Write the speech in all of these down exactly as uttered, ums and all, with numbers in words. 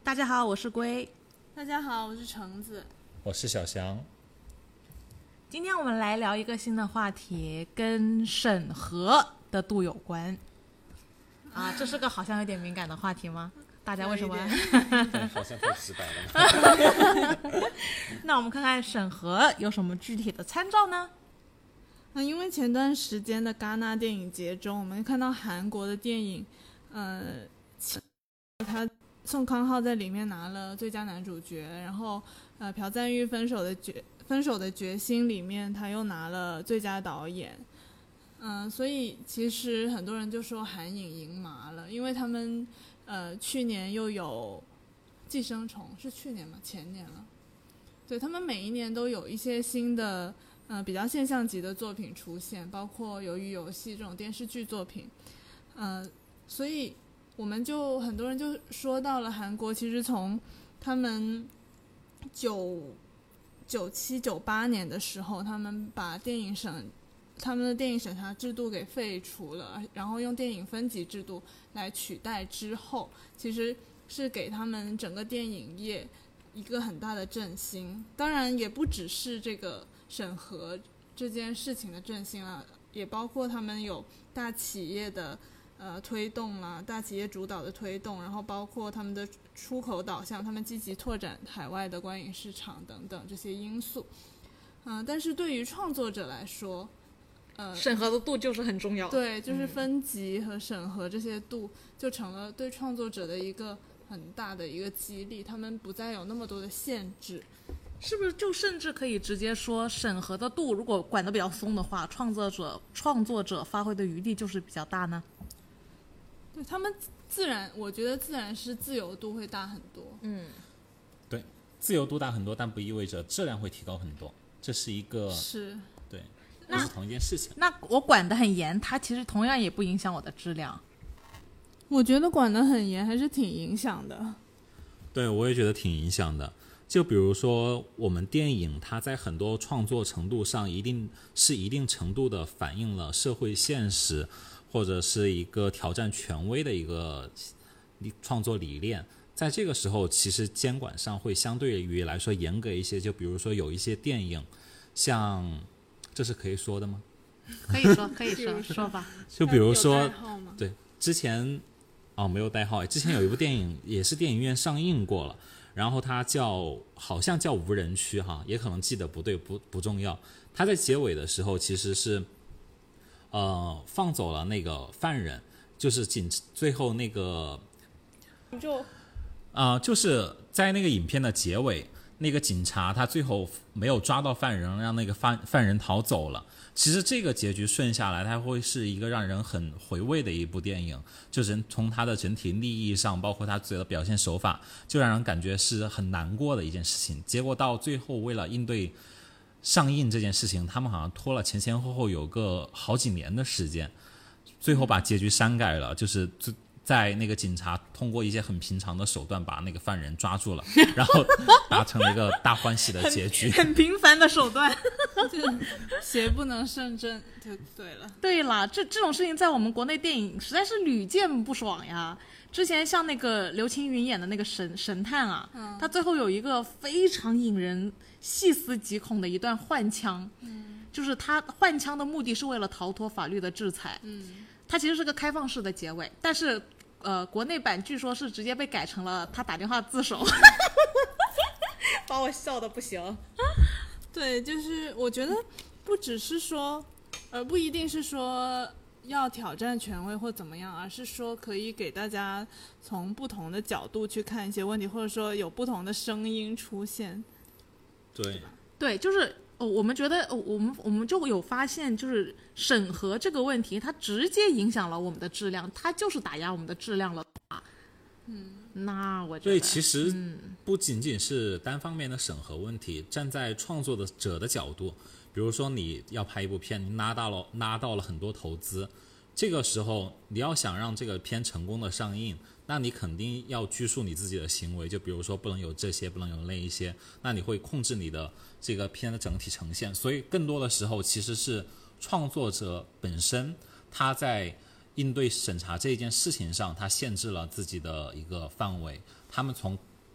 大家好，我是龟。 大家好，我是橙子。 我是小翔。 今天我们来聊一个新的话题，跟审核的度有关。啊，这是个好像有点敏感的话题吗？大家为什么？ 对，好像太直白了。 那我们看看审核有什么具体的参照呢？ 嗯，因为前段时间的戛纳电影节中，我们看到韩国的电影，呃，他宋康昊在里面拿了最佳男主角，然后呃，朴赞郁分手的决分手的决心里面他又拿了最佳导演。嗯、呃，所以其实很多人就说韩影赢麻了，因为他们呃去年又有寄生虫，是去年吗？前年了。对，他们每一年都有一些新的呃比较现象级的作品出现，包括鱿鱼游戏这种电视剧作品。呃，所以我们就很多人就说到了韩国，其实从他们九九七九八年的时候，他们把电影审他们的电影审查制度给废除了，然后用电影分级制度来取代之后，其实是给他们整个电影业一个很大的振兴。当然也不只是这个审核这件事情的振兴了，也包括他们有大企业的呃推动啦，大企业主导的推动，然后包括他们的出口导向，他们积极拓展海外的观影市场等等这些因素。嗯、呃，但是对于创作者来说，呃， 审核的度就是很重要。 对，就是分级和审核这些度就成了对创作者的一个很大的一个激励，他们不再有那么多的限制。 是不是就甚至可以直接说，审核的度如果管得比较松的话，创作者创作者发挥的余地就是比较大呢？ 对，他们自然，我觉得自然是自由度会大很多。 嗯， 对，自由度大很多，但不意味着质量会提高很多，这是一个是对，不是同一件事情。 那我管得很严，它其实同样也不影响我的质量。 我觉得管得很严还是挺影响的。 对，我也觉得挺影响的。就比如说我们电影它在很多创作程度上一定是一定程度的反映了社会现实，或者是一个挑战权威的一个创作理念。在这个时候其实监管上会相对于来说严格一些，就比如说有一些电影像，这是可以说的吗？ 可以说可以说说吧。 就比如说对之前哦没有代号，之前有一部电影也是电影院上映过了，然后它叫好像叫无人区哈，也可能记得不对，不不重要。它在结尾的时候其实是呃放走了那个犯人，就是警最后那个就啊、呃、就是在那个影片的结尾，那个警察他最后没有抓到犯人，让那个犯犯人逃走了。其实这个结局顺下来，它会是一个让人很回味的一部电影，就是从它的整体立意上，包括它自己的表现手法，就让人感觉是很难过的一件事情。结果到最后为了应对上映这件事情，他们好像拖了前前后后有个好几年的时间，最后把结局删改了，就是在那个警察通过一些很平常的手段把那个犯人抓住了，然后达成了一个大欢喜的结局。 很, 很平凡的手段。 邪不能胜正就对了。 对了，这这种事情在我们国内电影实在是屡见不爽呀。之前像那个刘青云演的那个神神探啊，嗯、他最后有一个非常引人细思极恐的一段换枪，嗯、就是他换枪的目的是为了逃脱法律的制裁。嗯，他其实是个开放式的结尾，但是呃，国内版据说是直接被改成了他打电话自首。把我笑得不行。 对，就是我觉得不只是说呃，不一定是说要挑战权威或怎么样，而是说可以给大家从不同的角度去看一些问题，或者说有不同的声音出现。 对对，就是哦，我们觉得、哦、我们我们就有发现，就是审核这个问题，它直接影响了我们的质量，它就是打压我们的质量了。嗯，那我觉得对，其实不仅仅是单方面的审核问题，站在创作者的角度，比如说你要拍一部片，你拿到了拿到了很多投资，这个时候你要想让这个片成功的上映，那你肯定要拘束你自己的行为，就比如说不能有这些，不能有那一些，那你会控制你的这个片的整体呈现。所以更多的时候其实是创作者本身他在应对审查这一件事情上，他限制了自己的一个范围，他们从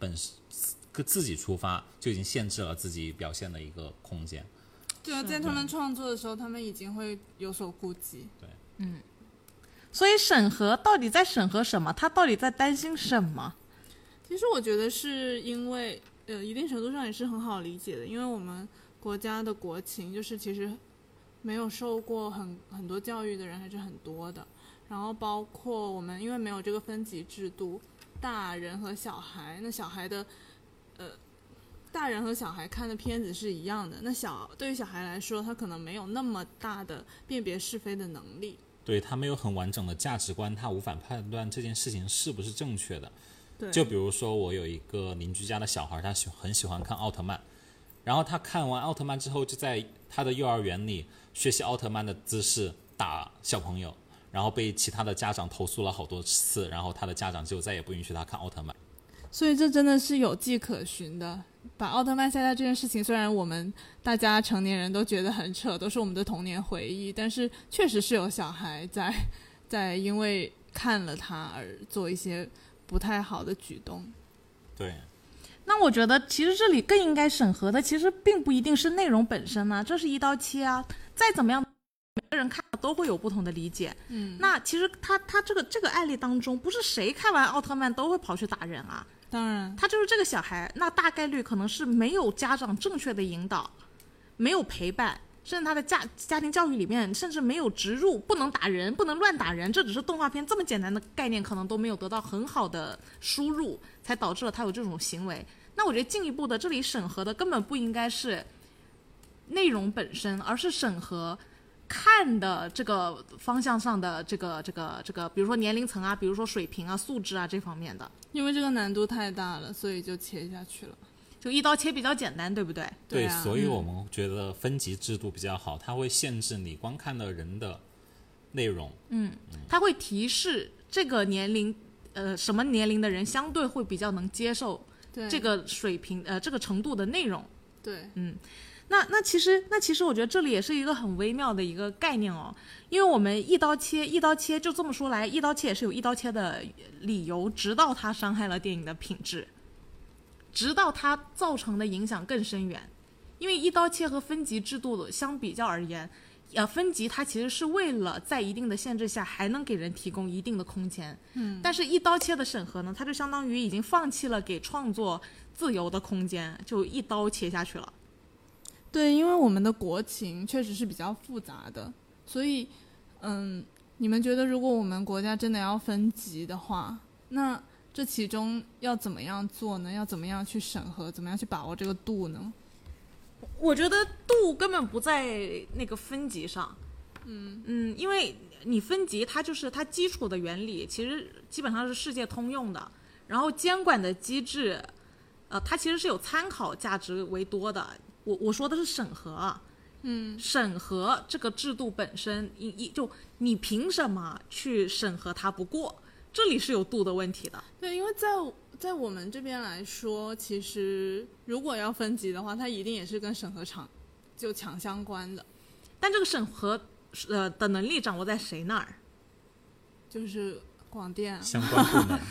本自己出发，就已经限制了自己表现的一个空间。 对啊，在他们创作的时候，他们已经会有所顾忌。 对， 嗯。所以审核到底在审核什么？他到底在担心什么？ 其实我觉得是因为，呃，一定程度上也是很好理解的，因为我们国家的国情就是其实没有受过很很多教育的人还是很多的，然后包括我们因为没有这个分级制度，大人和小孩，那小孩的，呃，大人和小孩看的片子是一样的，那小对于小孩来说，他可能没有那么大的辨别是非的能力。 对，他没有很完整的价值观，他无法判断这件事情是不是正确的。 对， 就比如说我有一个邻居家的小孩，他喜很喜欢看奥特曼，然后他看完奥特曼之后，就在他的幼儿园里学习奥特曼的姿势打小朋友，然后被其他的家长投诉了好多次，然后他的家长就再也不允许他看奥特曼。 所以这真的是有迹可循的。把奥特曼下架这件事情，虽然我们大家成年人都觉得很扯，都是我们的童年回忆，但是确实是有小孩在在因为看了它而做一些不太好的举动。 对， 那我觉得其实这里更应该审核的其实并不一定是内容本身啊，这是一刀切啊，再怎么样每个人看都会有不同的理解。 嗯， 那其实他他这个这个案例当中，不是谁看完奥特曼都会跑去打人啊。 当然他就是这个小孩，那大概率可能是没有家长正确的引导，没有陪伴，甚至他的家家庭教育里面甚至没有植入不能打人不能乱打人，这只是动画片这么简单的概念可能都没有得到很好的输入，才导致了他有这种行为。那我觉得进一步的这里审核的根本不应该是内容本身，而是审核看的这个方向上的这个这个这个，比如说年龄层啊，比如说水平啊、素质啊这方面的。 因为这个难度太大了，所以就切下去了， 就一刀切比较简单，对不对？ 对， 对啊， 所以我们觉得分级制度比较好，它会限制你观看的人的内容。 嗯，它会提示这个年龄，呃，什么年龄的人相对会比较能接受对这个水平，呃，这个程度的内容。 对， 嗯。那那其实那其实我觉得这里也是一个很微妙的一个概念哦，因为我们一刀切一刀切就这么说来，一刀切也是有一刀切的理由，直到它伤害了电影的品质，直到它造成的影响更深远。因为一刀切和分级制度相比较而言，呃，分级它其实是为了在一定的限制下还能给人提供一定的空间，嗯，但是一刀切的审核呢，它就相当于已经放弃了给创作自由的空间，就一刀切下去了。 对，因为我们的国情确实是比较复杂的，所以，嗯，你们觉得如果我们国家真的要分级的话，那这其中要怎么样做呢？要怎么样去审核？怎么样去把握这个度呢？ 我觉得度根本不在那个分级上，嗯嗯，因为你分级它就是它基础的原理，其实基本上是世界通用的，然后监管的机制，呃，它其实是有参考价值为多的。我我说的是审核啊，嗯，审核这个制度本身，一一就你凭什么去审核它不过？这里是有度的问题的。 对，因为在在我们这边来说，其实如果要分级的话，它一定也是跟审核强就强相关的。 但这个审核呃的能力掌握在谁那儿？ 就是广电、啊、 相关部门。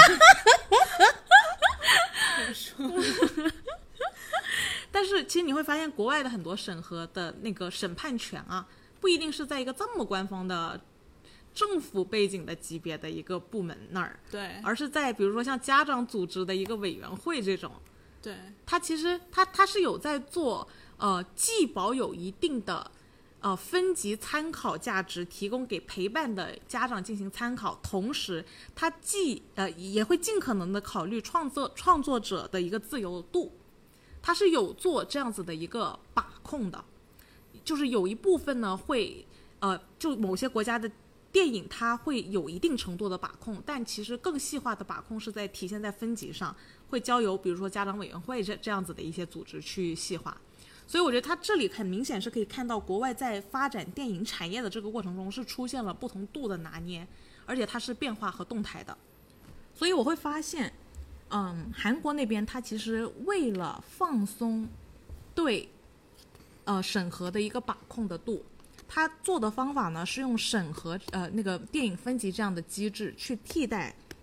但是其实你会发现，国外的很多审核的那个审判权啊，不一定是在一个这么官方的政府背景的级别的一个部门那儿， 对， 而是在比如说像家长组织的一个委员会这种， 对， 它其实它它是有在做呃，既保有一定的呃分级参考价值，提供给陪伴的家长进行参考，同时它既呃也会尽可能的考虑创作创作者的一个自由度。它是有做这样子的一个把控的，就是有一部分呢会，呃，就某些国家的电影它会有一定程度的把控，但其实更细化的把控是在体现在分级上，会交由比如说家长委员会这这样子的一些组织去细化。所以我觉得它这里很明显是可以看到国外在发展电影产业的这个过程中是出现了不同度的拿捏，而且它是变化和动态的。所以我会发现嗯，韩国那边它其实为了放松对呃审核的一个把控的度，它做的方法呢是用审核呃那个电影分级这样的机制去替代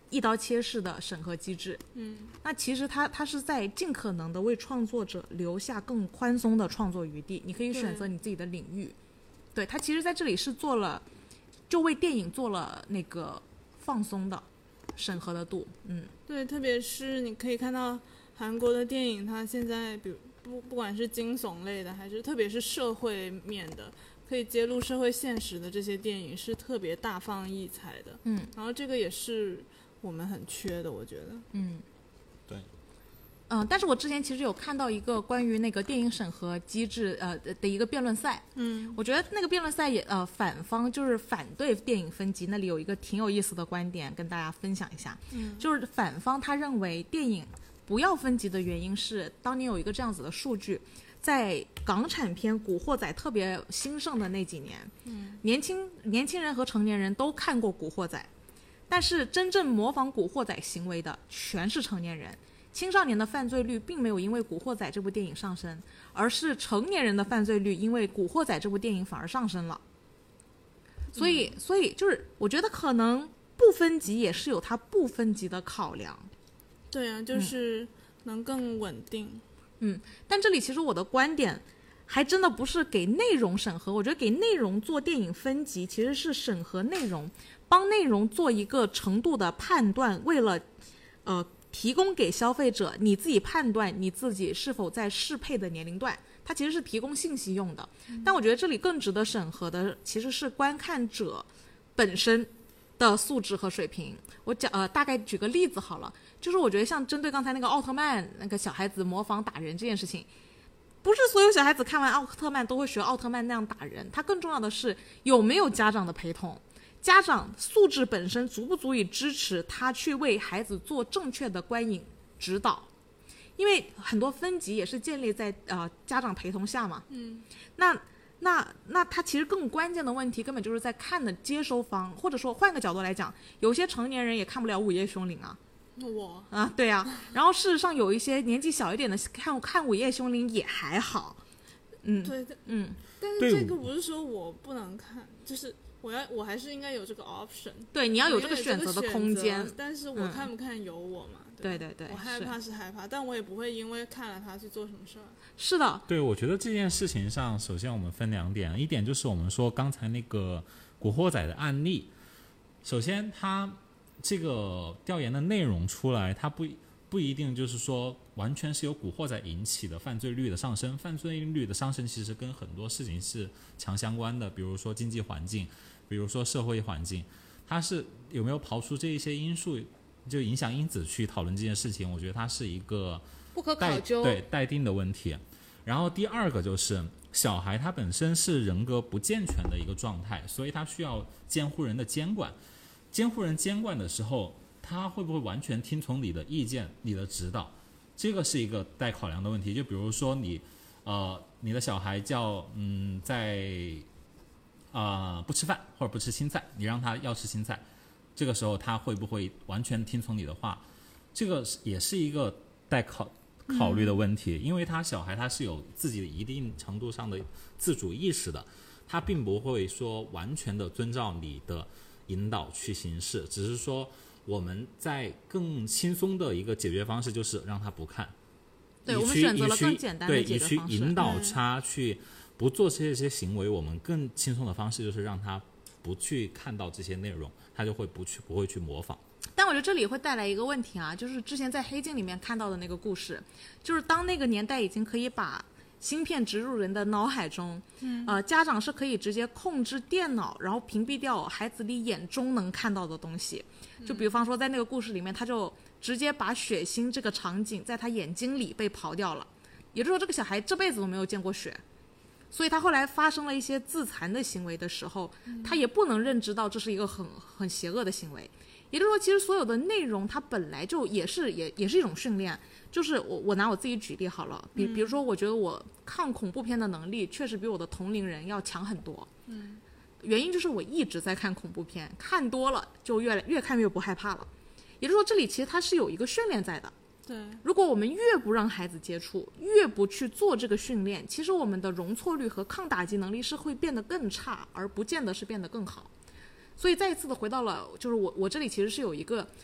一刀切式的审核机制。 嗯， 那其实它它是在尽可能的为创作者留下更宽松的创作余地，你可以选择你自己的领域。对，它其实在这里是做了，就为电影做了那个放松的审核的度。嗯， 对，特别是你可以看到韩国的电影，它现在比如不不管是惊悚类的，还是特别是社会面的，可以揭露社会现实的这些电影是特别大放异彩的。 嗯， 然后这个也是我们很缺的，我觉得。 嗯， 对。 嗯，但是我之前其实有看到一个关于那个电影审核机制呃的一个辩论赛。 嗯， 我觉得那个辩论赛也呃反方就是反对电影分级，那里有一个挺有意思的观点跟大家分享一下。 嗯， 就是反方他认为电影不要分级的原因是，当年有一个这样子的数据，在港产片《古惑仔》特别兴盛的那几年， 嗯， 年轻年轻人和成年人都看过《古惑仔》，但是真正模仿《古惑仔》行为的全是成年人。青少年的犯罪率并没有因为《古惑仔》这部电影上升，而是成年人的犯罪率因为《古惑仔》这部电影反而上升了。所以，嗯、所以就是我觉得可能不分级也是有它不分级的考量。 对啊，就是能更稳定。 嗯，但这里其实我的观点还真的不是给内容审核，我觉得给内容做电影分级其实是审核内容，帮内容做一个程度的判断，为了呃。提供给消费者你自己判断你自己是否在适配的年龄段，它其实是提供信息用的。但我觉得这里更值得审核的其实是观看者本身的素质和水平。我讲呃大概举个例子好了，就是我觉得像针对刚才那个奥特曼那个小孩子模仿打人这件事情，不是所有小孩子看完奥特曼都会学奥特曼那样打人，它更重要的是有没有家长的陪同，家长素质本身足不足以支持他去为孩子做正确的观影指导。因为很多分级也是建立在呃家长陪同下嘛。 嗯， 那那那他其实更关键的问题根本就是在看的接收方，或者说换个角度来讲，有些成年人也看不了《午夜凶铃》啊。 我啊，对啊。然后事实上有一些年纪小一点的看看《午夜凶铃》也还好。嗯， 对， 嗯， 但是这个不是说我不能看，就是我要我还是应该有这个 option。 对，你要有这个选择的空间。 但是我看不看由我嘛。 嗯、对对对， 我害怕是害怕，但我也不会因为看了它去做什么事儿。 是的。 对，我觉得这件事情上，首先我们分两点，一点就是我们说刚才那个古惑仔的案例，首先它这个调研的内容出来，它不不一定就是说完全是由古惑仔引起的犯罪率的上升，犯罪率的上升其实跟很多事情是强相关的，比如说经济环境，比如说社会环境，它是有没有刨出这一些因素就影响因子去讨论这件事情，我觉得它是一个不可考究对待定的问题。然后第二个就是小孩他本身是人格不健全的一个状态，所以他需要监护人的监管，监护人监管的时候他会不会完全听从你的意见你的指导，这个是一个待考量的问题。就比如说你呃你的小孩叫嗯在啊、呃、不吃饭或者不吃青菜，你让他要吃青菜，这个时候他会不会完全听从你的话，这个也是一个待考考虑的问题。因为他小孩他是有自己的一定程度上的自主意识的，他并不会说完全的遵照你的引导去行事，只是说我们在更轻松的一个解决方式就是让他不看， 对，我们选择了更简单的解决方式， 对，以去引导他去不做这些行为。我们更轻松的方式就是让他不去看到这些内容，他就会不去不会去模仿。 但我觉得这里会带来一个问题啊，就是之前在黑镜里面看到的那个故事，就是当那个年代已经可以把芯片植入人的脑海中，嗯，呃，家长是可以直接控制电脑，然后屏蔽掉孩子里眼中能看到的东西。就比方说在那个故事里面，他就直接把血腥这个场景在他眼睛里被刨掉了，也就是说这个小孩这辈子都没有见过血，所以他后来发生了一些自残的行为的时候，他也不能认知到这是一个很很邪恶的行为。也就是说其实所有的内容它本来就也是也也是一种训练。就是我我拿我自己举例好了，比比如说我觉得我抗恐怖片的能力确实比我的同龄人要强很多， 嗯， 原因就是我一直在看恐怖片，看多了就越来越看越不害怕了。也就是说这里其实它是有一个训练在的。 对， 如果我们越不让孩子接触，越不去做这个训练，其实我们的容错率和抗打击能力是会变得更差，而不见得是变得更好。所以再一次的回到了，就是我我这里其实是有一个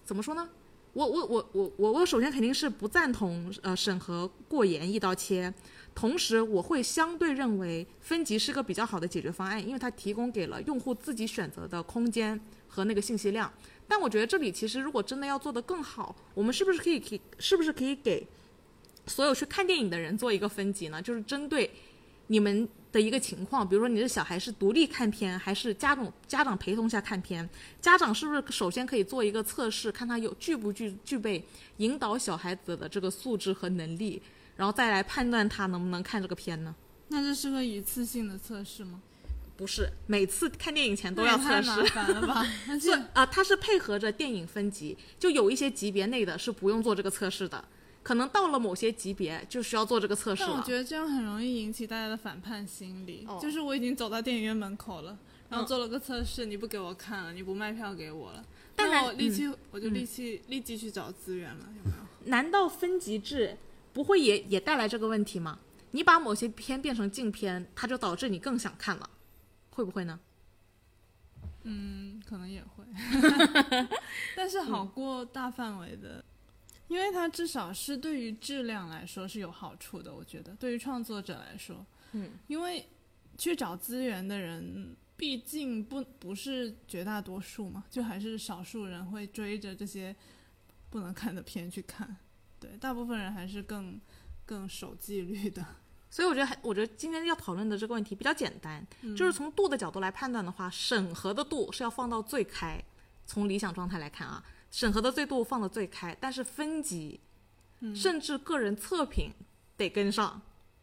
怎么说呢？我我我我我我首先肯定是不赞同呃审核过严一刀切，同时我会相对认为分级是个比较好的解决方案，因为它提供给了用户自己选择的空间和那个信息量。但我觉得这里其实如果真的要做得更好，我们是不是可以可以是不是可以给所有去看电影的人做一个分级呢？就是针对你们的一个情况，比如说你的小孩是独立看片还是家长家长陪同下看片，家长是不是首先可以做一个测试，看他有具不具具备引导小孩子的这个素质和能力，然后再来判断他能不能看这个片呢？ 那这是个一次性的测试吗？ 不是，每次看电影前都要测试。 太麻烦了吧？而且啊、呃，它是配合着电影分级，就有一些级别内的是不用做这个测试的，可能到了某些级别就需要做这个测试了。 但我觉得这样很容易引起大家的反叛心理， 哦、 就是我已经走到电影院门口了，然后做了个测试，嗯、你不给我看了，你不卖票给我了， 当然那我立即、 嗯、 我就立即、嗯、立即去找资源了，有没有？ 难道分级制不会也也带来这个问题吗？你把某些片变成禁片，它就导致你更想看了，会不会呢？ 嗯，可能也会，但是好过大范围的。嗯，因为它至少是对于质量来说是有好处的，我觉得对于创作者来说， 嗯， 因为去找资源的人毕竟不不是绝大多数嘛，就还是少数人会追着这些不能看的片去看，对，大部分人还是更更守纪律的。 所以我觉得，我觉得今天要讨论的这个问题比较简单， 嗯、 就是从度的角度来判断的话，审核的度是要放到最开，从理想状态来看啊。审核的最度放到最开，但是分级、嗯、甚至个人测评得跟上，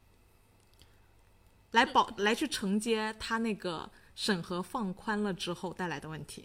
来保来去承接它那个审核放宽了之后带来的问题。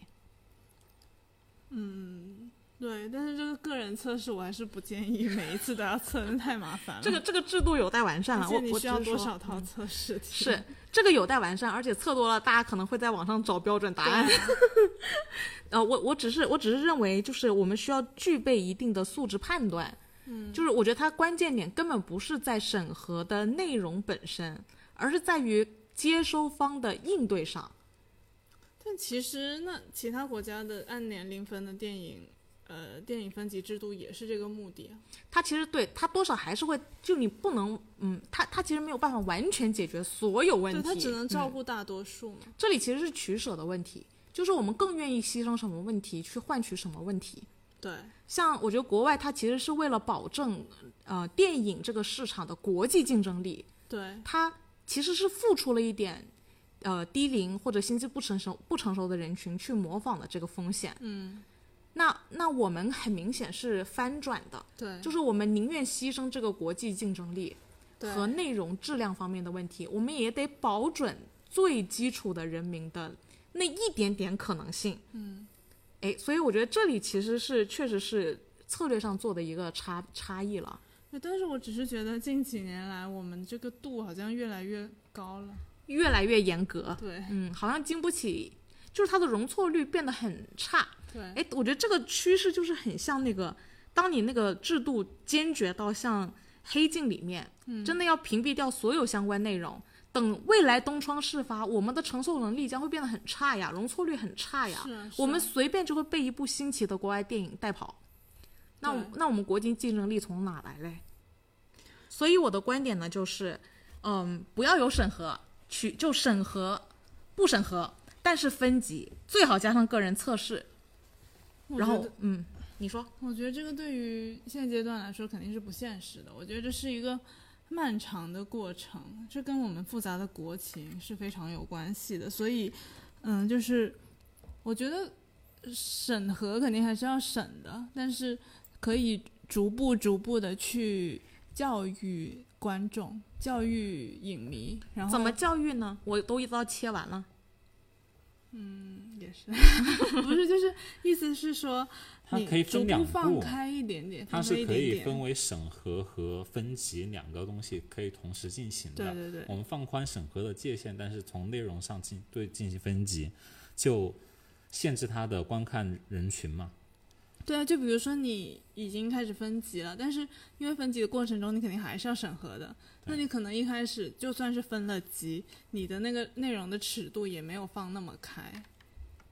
嗯，对，但是这个个人测试我还是不建议每一次都要测，那太麻烦了。 这个这个制度有待完善了。 而且你需要多少套套测试题？ 是这个有待完善，而且测多了，大家可能会在网上找标准答案。呃，我我只是我只是认为，就是我们需要具备一定的素质判断。 嗯， 就是我觉得它关键点根本不是在审核的内容本身，而是在于接收方的应对上。 但其实那其他国家的按年龄分的电影，呃，电影分级制度也是这个目的啊。 它其实对它多少还是会，就你不能，嗯，它它其实没有办法完全解决所有问题， 对，它只能照顾大多数嘛。 嗯。这里其实是取舍的问题，就是我们更愿意牺牲什么问题去换取什么问题。 对， 像我觉得国外它其实是为了保证呃电影这个市场的国际竞争力， 对， 它其实是付出了一点呃低龄或者心智不成熟不成熟的人群去模仿的这个风险。 嗯， 那那我们很明显是翻转的， 对， 就是我们宁愿牺牲这个国际竞争力和内容质量方面的问题，我们也得保准最基础的人民的那一点点可能性。 嗯。 哎，所以我觉得这里其实是确实是策略上做的一个差差异了。 但是我只是觉得近几年来我们这个度好像越来越高了， 越来越严格。 对， 嗯，好像经不起，就是它的容错率变得很差。 对， 哎，我觉得这个趋势就是很像那个，当你那个制度坚决到像黑镜里面， 嗯， 真的要屏蔽掉所有相关内容。等未来东窗事发，我们的承受能力将会变得很差呀，容错率很差呀。 是啊，是啊， 我们随便就会被一部新奇的国外电影带跑。那我那我们国际竞争力从哪来嘞？所以我的观点呢，就是，嗯，不要有审核，取就审核，不审核，但是分级最好加上个人测试。然后，嗯，你说？ 我觉得这个对于现阶段来说肯定是不现实的。我觉得这是一个漫长的过程，这跟我们复杂的国情是非常有关系的。所以，嗯，就是我觉得审核肯定还是要审的，但是可以逐步逐步的去教育观众，教育影迷。然后怎么教育呢？我都一刀切完了。 嗯，也是，不是，就是意思是说， 它可以分两步， 放开一点点， 它是可以分为审核和分级两个东西，可以同时进行的。 对对对， 我们放宽审核的界限，但是从内容上进对进行分级，就限制它的观看人群嘛。 对啊，就比如说你已经开始分级了，但是因为分级的过程中你肯定还是要审核的，那你可能一开始就算是分了级，你的那个内容的尺度也没有放那么开。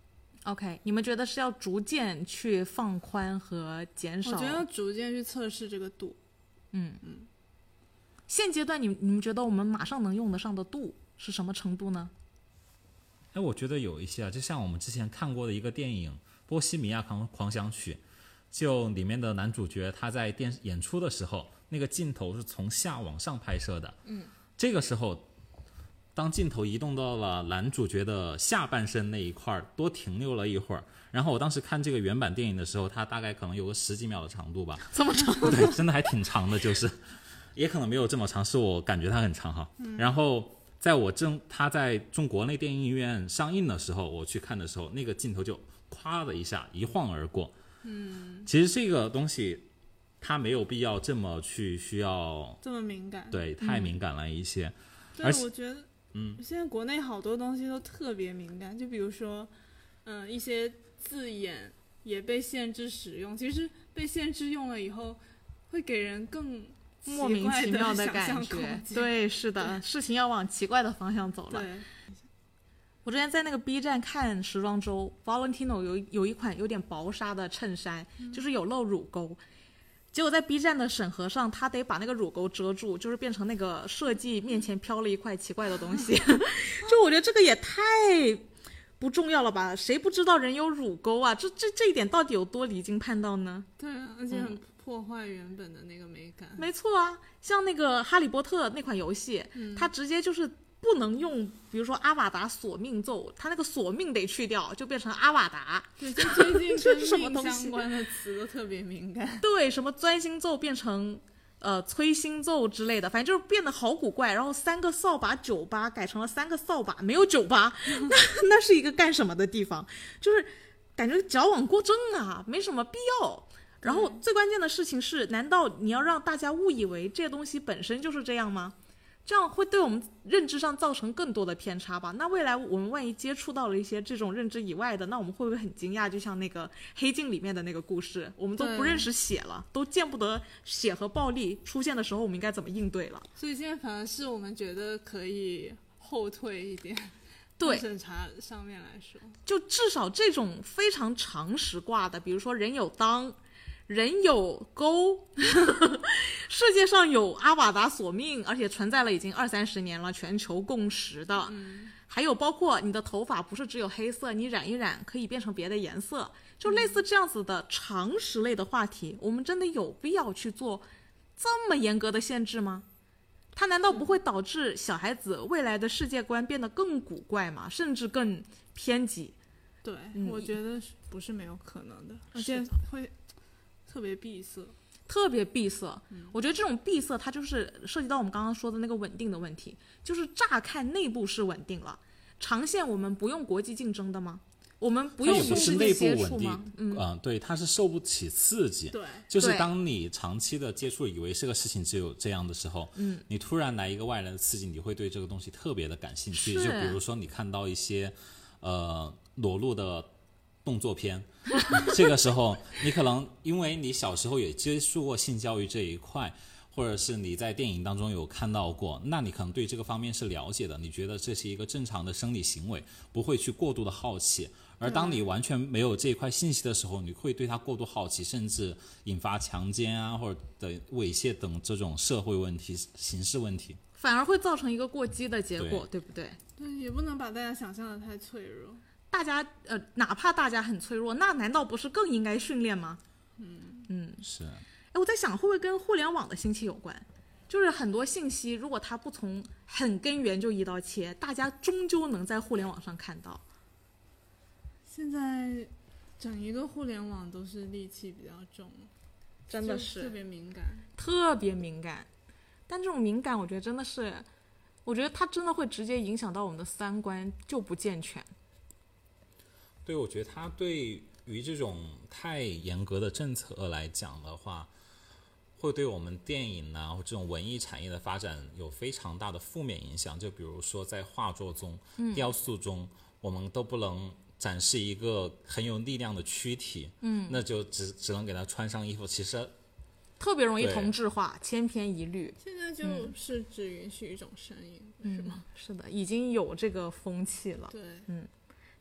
OK， 你们觉得是要逐渐去放宽和减少？ 我觉得要逐渐去测试这个度。 嗯嗯。现阶段你你们觉得我们马上能用得上的度是什么程度呢？ 哎，我觉得有一些啊，就像我们之前看过的一个电影《波西米亚狂狂想曲》，就里面的男主角他在电演出的时候，那个镜头是从下往上拍摄的。嗯，这个时候，当镜头移动到了男主角的下半身那一块，多停留了一会儿。然后我当时看这个原版电影的时候，它大概可能有个十几秒的长度吧。 这么长？ 对，真的还挺长的，就是也可能没有这么长，是我感觉它很长哈。嗯、然后。在我正他在中国内电影院上映的时候，我去看的时候，那个镜头就咵的一下一晃而过。嗯，其实这个东西它没有必要这么去需要这么敏感， 对，太敏感了一些。 对，我觉得，嗯，现在国内好多东西都特别敏感，就比如说，嗯、呃，一些字眼也被限制使用，其实被限制用了以后，会给人更。 莫名其妙的感觉，对，是的，事情要往奇怪的方向走了。 对， 我之前在那个 B 站看时装周 ，Valentino 有有一款有点薄纱的衬衫，嗯、就是有露乳沟，结果在 B 站的审核上，他得把那个乳沟遮住，就是变成那个设计面前飘了一块奇怪的东西。就我觉得这个也太不重要了吧？谁不知道人有乳沟啊？这这这一点到底有多离经叛道呢？ 对，而且很。嗯破坏原本的那个美感。 没错啊，像那个哈利波特那款游戏、嗯、它直接就是不能用比如说阿瓦达索命咒，它那个索命得去掉，就变成阿瓦达。 对，就最近跟命相关的词都特别敏感。 对，什么钻心咒变成呃催心咒之类的，反正就是变得好古怪。然后三个扫把酒吧改成了三个扫把，没有酒吧，那那是一个干什么的地方？就是感觉矫枉过正啊，没什么必要。然后最关键的事情是，难道你要让大家误以为这些东西本身就是这样吗？这样会对我们认知上造成更多的偏差吧？那未来我们万一接触到了一些这种认知以外的，那我们会不会很惊讶？就像那个黑镜里面的那个故事，我们都不认识血了，都见不得血和暴力出现的时候，我们应该怎么应对了？ 所以现在反而是我们觉得可以后退一点。 对， 审查上面来说， 就至少这种非常常识挂的，比如说人有裆。人有沟，世界上有阿瓦达索命，而且存在了已经二三十年了，全球共识的。嗯、还有包括你的头发不是只有黑色，你染一染可以变成别的颜色，就类似这样子的常识类的话题，我们真的有必要去做这么严格的限制吗？它难道不会导致小孩子未来的世界观变得更古怪吗？甚至更偏激？ 对，嗯、我觉得不是没有可能的，而且会。特别闭塞， 特别闭塞、嗯、我觉得这种闭塞它就是涉及到我们刚刚说的那个稳定的问题，就是乍看内部是稳定了，长线我们不用国际竞争的吗？我们不用不是内部稳定， 嗯、 呃，对，它是受不起刺激。 对， 就是当你长期的接触，以为这个事情只有这样的时候，嗯，你突然来一个外来的刺激，你会对这个东西特别的感兴趣。就比如说你看到一些呃裸露的动作片，这个时候你可能因为你小时候也接触过性教育这一块，或者是你在电影当中有看到过，那你可能对这个方面是了解的，你觉得这是一个正常的生理行为，不会去过度的好奇。而当你完全没有这一块信息的时候，你会对它过度好奇，甚至引发强奸啊或者的猥亵等这种社会问题、刑事问题， 反而会造成一个过激的结果， 对, 对不对？ 对，也不能把大家想象的太脆弱。 大家呃，哪怕大家很脆弱，那难道不是更应该训练吗？ 嗯嗯， 是。 哎，我在想会不会跟互联网的兴起有关？就是很多信息，如果它不从很根源就一刀切，大家终究能在互联网上看到。 现在整一个互联网都是戾气比较重， 真的是特别敏感， 特别敏感。但这种敏感，我觉得真的是，我觉得它真的会直接影响到我们的三观就不健全。 对，我觉得它对于这种太严格的政策来讲的话，会对我们电影啊这种文艺产业的发展有非常大的负面影响。就比如说在画作中、嗯、雕塑中，我们都不能展示一个很有力量的躯体，嗯，那就只只能给它穿上衣服，其实特别容易同质化，千篇一律。 现在就是只允许一种声音，嗯、是吗？ 是的，已经有这个风气了。 对， 嗯。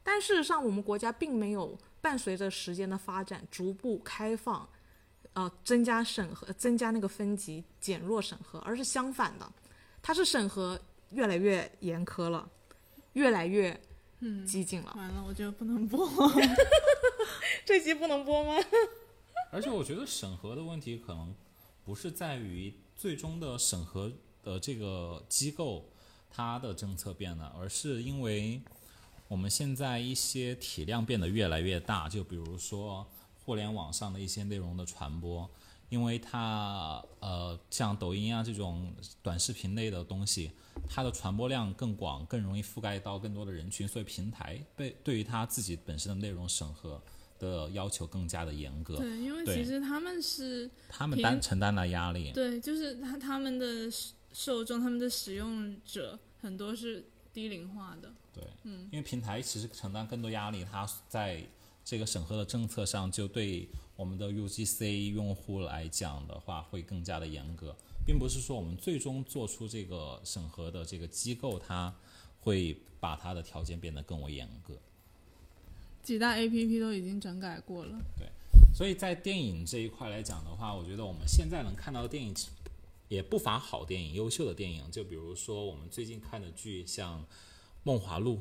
但事实上我们国家并没有伴随着时间的发展逐步开放，呃，增加审核，增加那个分级，减弱审核，而是相反的，它是审核越来越严苛了，越来越激进了。 嗯、完了，我觉得不能播。 这集不能播吗？ 而且我觉得审核的问题可能不是在于最终的审核的这个机构它的政策变了，而是因为我们现在一些体量变得越来越大，就比如说互联网上的一些内容的传播，因为它呃像抖音啊这种短视频类的东西，它的传播量更广，更容易覆盖到更多的人群，所以平台被对于它自己本身的内容审核的要求更加的严格。 对，因为其实他们是他们担承担了压力。 对，就是他他们的受众，他们的使用者很多是低龄化的。 对，嗯，因为平台其实承担更多压力，它在这个审核的政策上，就对我们的 U G C 用户来讲的话，会更加的严格，并不是说我们最终做出这个审核的这个机构，它会把它的条件变得更为严格。 几大 A P P 都已经整改过了。 对，所以在电影这一块来讲的话，我觉得我们现在能看到的电影也不乏好电影、优秀的电影，就比如说我们最近看的剧，像《梦华录》，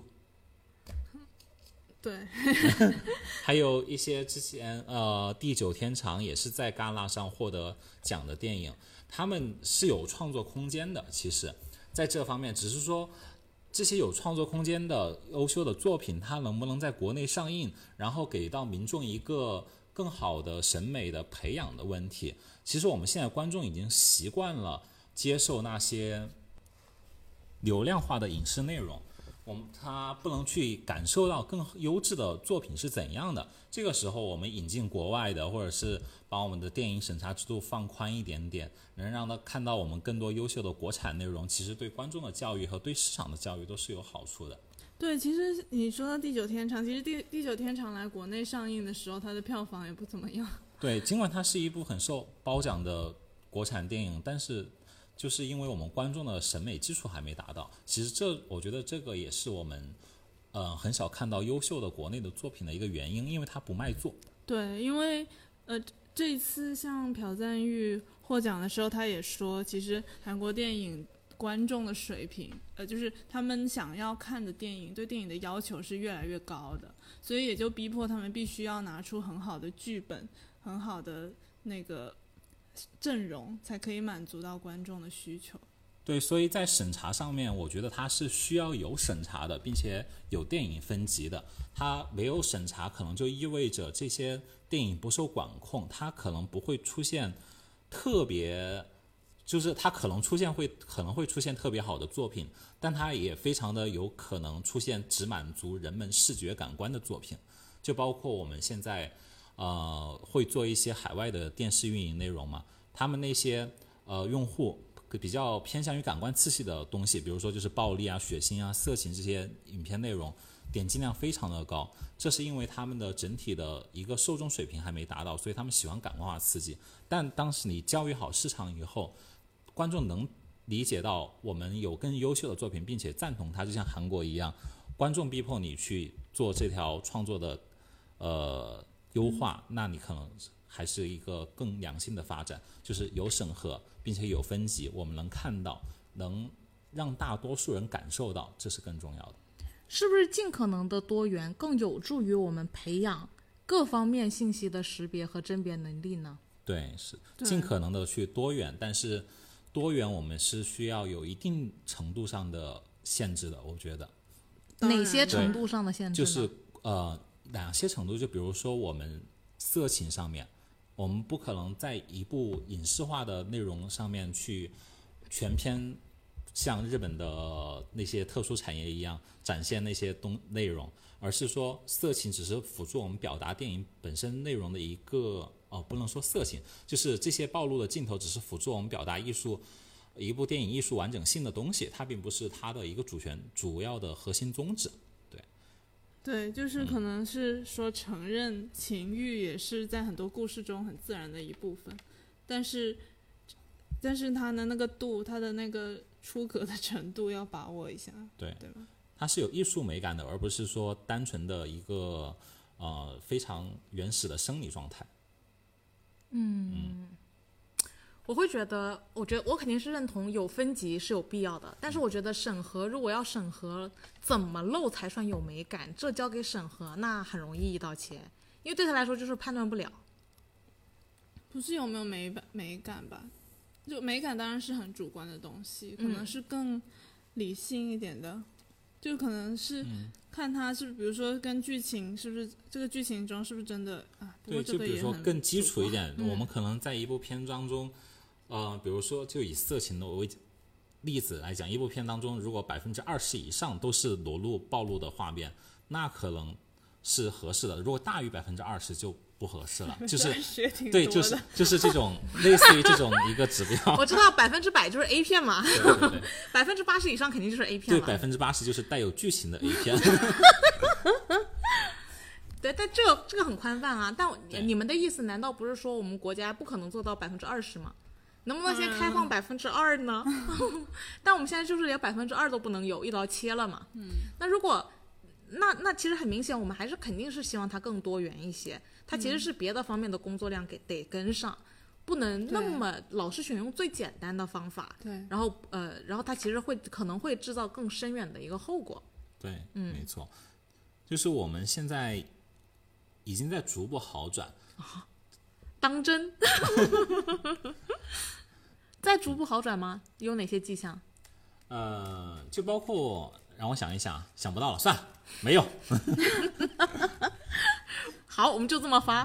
对， 还有一些之前呃《地久天长》也是在戛纳上获得奖的电影，他们是有创作空间的。其实，在这方面，只是说这些有创作空间的优秀的作品，它能不能在国内上映，然后给到民众一个更好的审美的培养的问题。其实我们现在观众已经习惯了接受那些流量化的影视内容，我们他不能去感受到更优质的作品是怎样的。这个时候我们引进国外的，或者是把我们的电影审查制度放宽一点点，能让他看到我们更多优秀的国产内容，其实对观众的教育和对市场的教育都是有好处的。 对，其实你说到地久天长，其实地地久天长来国内上映的时候，它的票房也不怎么样。 对，尽管它是一部很受褒奖的国产电影，但是就是因为我们观众的审美基础还没达到，其实这我觉得这个也是我们呃很少看到优秀的国内的作品的一个原因，因为它不卖座。 对，因为呃这一次像朴赞郁获奖的时候，他也说，其实韩国电影观众的水平，呃，就是他们想要看的电影，对电影的要求是越来越高的，所以也就逼迫他们必须要拿出很好的剧本、很好的那个阵容，才可以满足到观众的需求。 对，所以在审查上面，我觉得它是需要有审查的，并且有电影分级的。它没有审查，可能就意味着这些电影不受管控，它可能不会出现特别，就是它可能出现会可能会出现特别好的作品，但它也非常的有可能出现只满足人们视觉感官的作品，就包括我们现在呃会做一些海外的电视运营内容嘛，他们那些呃用户比较偏向于感官刺激的东西，比如说就是暴力啊、血腥啊、色情这些影片内容，点击量非常的高。这是因为他们的整体的一个受众水平还没达到，所以他们喜欢感官化刺激。但当时你教育好市场以后，观众能理解到我们有更优秀的作品，并且赞同它，就像韩国一样，观众逼迫你去做这条创作的呃优化，那你可能还是一个更良性的发展，就是有审核并且有分级，我们能看到，能让大多数人感受到，这是更重要的。 是不是尽可能的多元更有助于我们培养各方面信息的识别和甄别能力呢？ 对，是尽可能的去多元，但是多元我们是需要有一定程度上的限制的，我觉得。 哪些程度上的限制呢？ 就是呃哪些程度，就比如说我们色情上面，我们不可能在一部影视化的内容上面去全篇像日本的那些特殊产业一样展现那些东内容，而是说色情只是辅助我们表达电影本身内容的一个哦，不能说色情，就是这些暴露的镜头只是辅助我们表达艺术一部电影艺术完整性的东西，它并不是它的一个主权主要的核心宗旨。 对，就是可能是说承认情欲也是在很多故事中很自然的一部分，但是但是它的那个度，它的那个出格的程度要把握一下， 对对吧？ 它是有艺术美感的，而不是说单纯的一个呃非常原始的生理状态。 嗯，我会觉得，我觉得我肯定是认同有分级是有必要的，但是我觉得审核如果要审核怎么露才算有美感，这交给审核那很容易一刀切，因为对他来说就是判断不了。 不是有没有美感美感吧？就美感当然是很主观的东西，可能是更理性一点的，嗯、就可能是看它是不是，比如说跟剧情是不是这个剧情中是不是真的啊？不过这个也很对，就比如说更基础一点， 嗯、 我们可能在一部片当中，呃，比如说就以色情的为例子来讲，一部片当中如果百分之二十以上都是裸露暴露的画面，那可能是合适的；如果大于百分之二十就不合适了，就是对，就是就是这种类似于这种一个指标。 我知道百分之百就是 A 片嘛， 对对对， 百分之八十以上肯定就是 A 片了。 对，百分之八十就是带有剧情的 A 片。 对，但这个这个很宽泛啊。但你们的意思难道不是说我们国家不可能做到百分之二十吗？能不能先开放百分之二呢？嗯、但我们现在就是连百分之二都不能有，一刀切了嘛。嗯，那如果那那其实很明显，我们还是肯定是希望它更多元一些。它其实是别的方面的工作量给得跟上，不能那么老是选用最简单的方法。 对， 然后呃，然后它其实会可能会制造更深远的一个后果。 对，嗯，没错，就是我们现在已经在逐步好转。 啊、当真？在逐步好转吗？有哪些迹象？ 呃，就包括让我想一想，想不到了，算了，没有。 好，我们就这么发。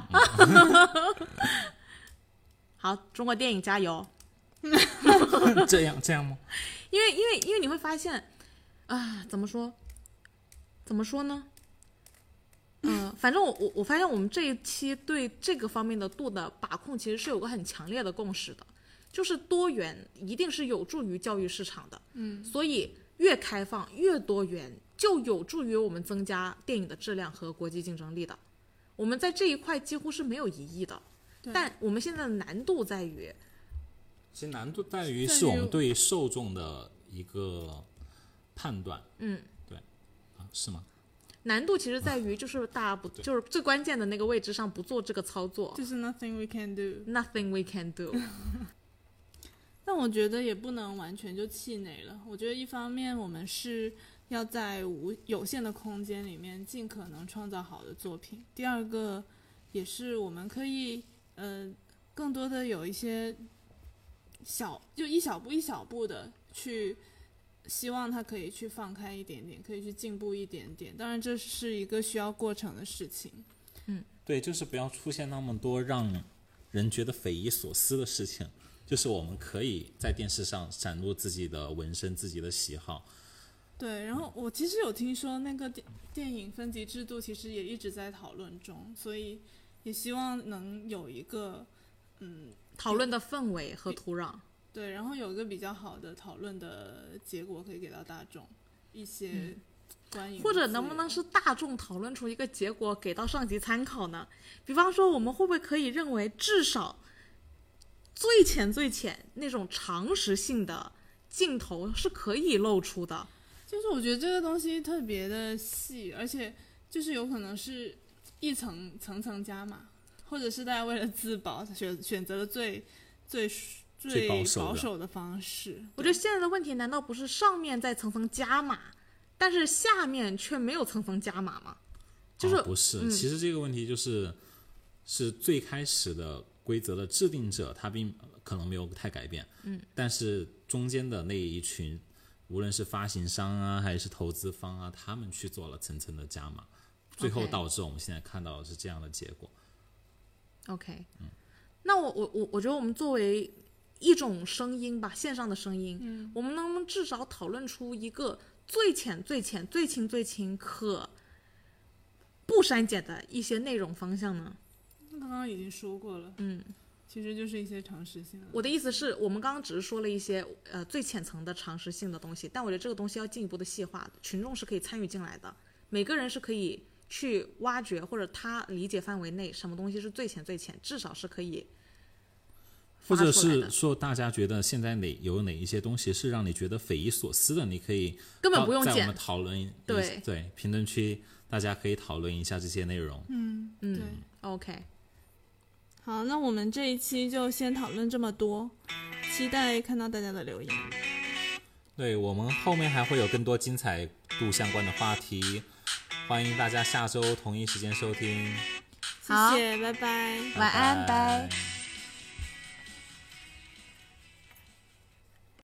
好，中国电影加油。 这样这样吗？ 因为因为因为你会发现，啊，怎么说？怎么说呢？嗯、呃，反正我我我发现我们这一期对这个方面的度的把控，其实是有个很强烈的共识的，就是多元一定是有助于教育市场的。嗯，所以越开放越多元，就有助于我们增加电影的质量和国际竞争力的。我们在这一块几乎是没有疑义的，但我们现在的难度在于， 其实难度在于是我们对受众的一个判断。 嗯， 对，啊，是吗？ 难度其实在于就是大家不、啊、就是最关键的那个位置上不做这个操作， 就是 nothing we can do nothing we can do 但我觉得也不能完全就气馁了，我觉得一方面我们是要在无有限的空间里面尽可能创造好的作品，第二个也是我们可以呃更多的有一些小就一小步一小步的去希望它可以去放开一点点，可以去进步一点点，当然这是一个需要过程的事情。 嗯， 对，就是不要出现那么多让人觉得匪夷所思的事情，就是我们可以在电视上展露自己的纹身自己的喜好。 对，然后我其实有听说那个电电影分级制度其实也一直在讨论中，所以也希望能有一个嗯讨论的氛围和土壤。 对，然后有一个比较好的讨论的结果可以给到大众一些观影、嗯， 或者能不能是大众讨论出一个结果给到上级参考呢？比方说我们会不会可以认为至少最浅最浅那种常识性的镜头是可以露出的？ 就是我觉得这个东西特别的细，而且就是有可能是一层层层加码，或者是大家为了自保选选择了最最最保守的方式。 我觉得现在的问题难道不是上面在层层加码，但是下面却没有层层加码吗？就是、 哦、不是、嗯、其实这个问题就是是最开始的规则的制定者他并可能没有太改变， 嗯， 但是中间的那一群无论是发行商啊还是投资方啊，他们去做了层层的加码，最后导致我们现在看到的是这样的结果。 OK、嗯、那我我我我觉得我们作为一种声音吧，线上的声音、嗯、我们能不能至少讨论出一个最浅最浅最轻最轻可不删减的一些内容方向呢？ 刚刚已经说过了， 嗯， 其实就是一些常识性的。 我的意思是我们刚刚只是说了一些呃最浅层的常识性的东西，但我觉得这个东西要进一步的细化的，群众是可以参与进来的，每个人是可以去挖掘，或者他理解范围内什么东西是最浅最浅，至少是可以或者发出来的是说大家觉得现在哪有哪一些东西是让你觉得匪夷所思的，你可以根本不用剪在我们讨论对对评论区大家可以讨论一下这些内容。 嗯嗯对。 OK， 好，那我们这一期就先讨论这么多，期待看到大家的留言。 对，我们后面还会有更多精彩度相关的话题，欢迎大家下周同一时间收听。 谢谢，拜拜。 晚安，拜。 拜。